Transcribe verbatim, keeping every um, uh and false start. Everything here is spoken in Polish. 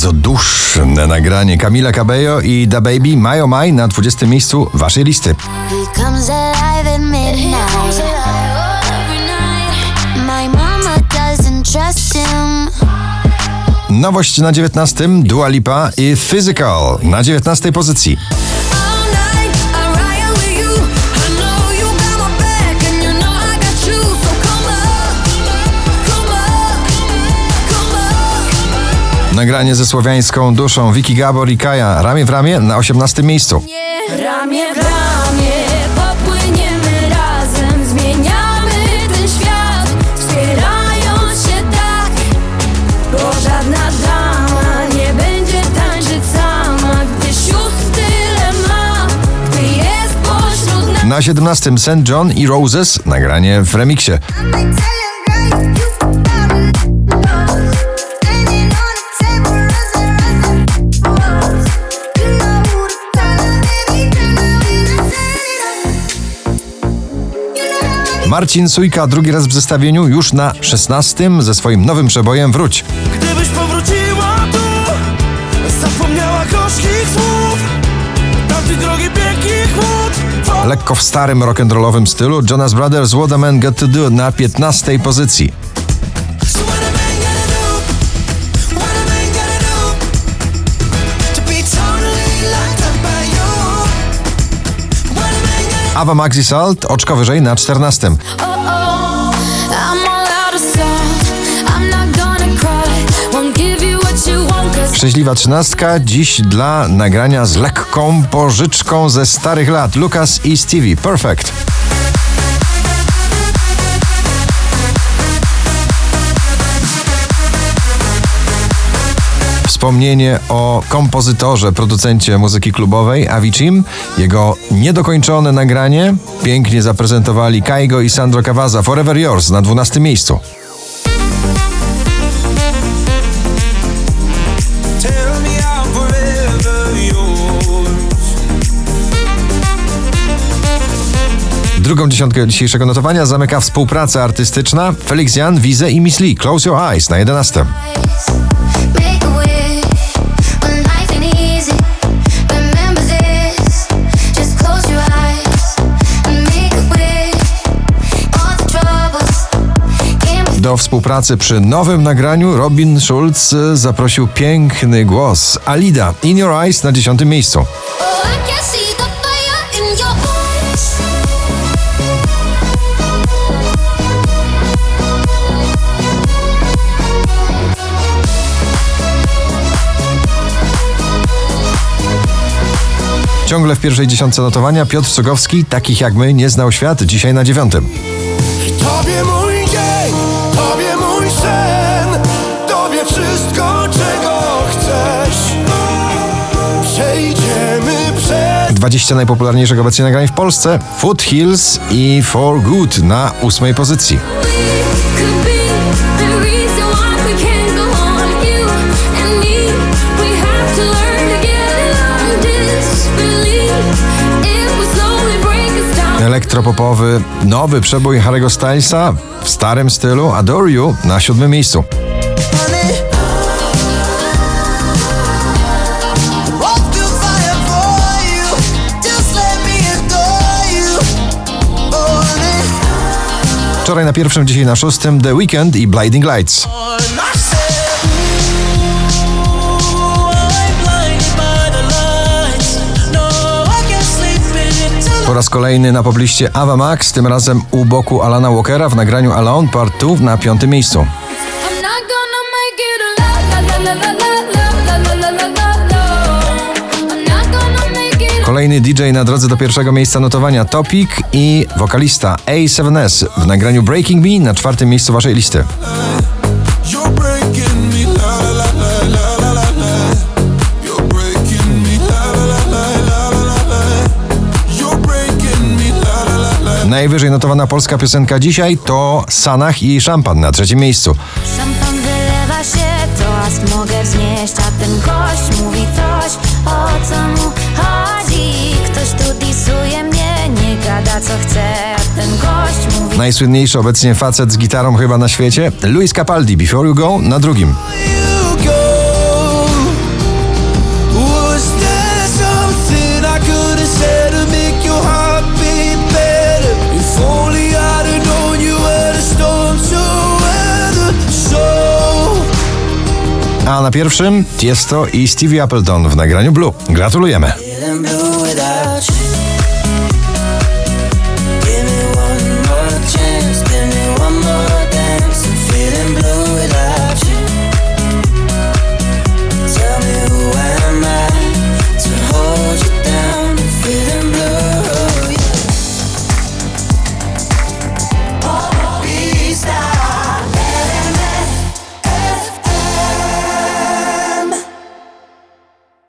bardzo duszne nagranie Camila Cabello i DaBaby My Oh My na dwudziestym miejscu waszej listy. Nowość na dziewiętnastym Dua Lipa i Physical na dziewiętnastej pozycji. Nagranie ze słowiańską duszą Vicky Gabor i Kaja Ramię w ramię na osiemnastym miejscu. Ramię w ramię popłyniemy razem, zmieniamy ten świat, wspierając się tak, bo żadna dama nie będzie tańczyć sama, gdy sióstr tyle ma, gdy jest pośród nas. Na siedemnastym Saint John i Roses, nagranie w remiksie. Marcin Sujka drugi raz w zestawieniu, już na szesnastym ze swoim nowym przebojem Wróć. Gdybyś powróciła tu, zapomniała gorzkich słów, tamtej drogi pięknych łód. Lekko w starym rock'n'rollowym stylu Jonas Brothers What a Man Got To Do na piętnastej pozycji. Ava Max i Salt oczko wyżej na czternastym. Szczęśliwa trzynastka dziś dla nagrania z lekką pożyczką ze starych lat. Lucas i Stevie Perfect. Wspomnienie o kompozytorze, producencie muzyki klubowej Avicim. Jego niedokończone nagranie pięknie zaprezentowali Kaigo i Sandro Cavazza. Forever Yours na dwunastym miejscu. Drugą dziesiątkę dzisiejszego notowania zamyka współpraca artystyczna Felix Jan, Wize i Miss Li. Close Your Eyes na jedenastym. Do współpracy przy nowym nagraniu Robin Schulz zaprosił piękny głos. Alida, In Your Eyes na dziesiątym miejscu. Ciągle w pierwszej dziesiątce notowania Piotr Cugowski, Takich jak my nie znał świat, dzisiaj na dziewiątym. Tobie mój dzień, Tobie mój sen, Tobie wszystko, czego chcesz. Przejdziemy przez... dwadzieścia najpopularniejszych obecnie nagrań w Polsce. Foothills i For Good na ósmej pozycji. Elektropopowy, nowy przebój Harry'ego Stylesa w starym stylu Adore You na siódmym miejscu. Wczoraj na pierwszym, dzisiaj na szóstym The Weeknd i Blinding Lights. Po raz kolejny na pobliście Ava Max, tym razem u boku Alana Walkera w nagraniu Alone Part dwa na piątym miejscu. Kolejny D J na drodze do pierwszego miejsca notowania Topic i wokalista A siedem S w nagraniu Breaking Me na czwartym miejscu waszej listy. Najwyżej notowana polska piosenka dzisiaj to Sanach i Szampan na trzecim miejscu. Szampan wylewa się, toast mogę wznieść, a ten gość mówi coś, o co mu chodzi. Ktoś tu disuje mnie, nie gada co chce, a ten gość mówi... Najsłynniejszy obecnie facet z gitarą chyba na świecie, Luis Capaldi, Before You Go na drugim. na pierwszym Tiesto i Stevie Appleton w nagraniu Blue. Gratulujemy. Feeling blue without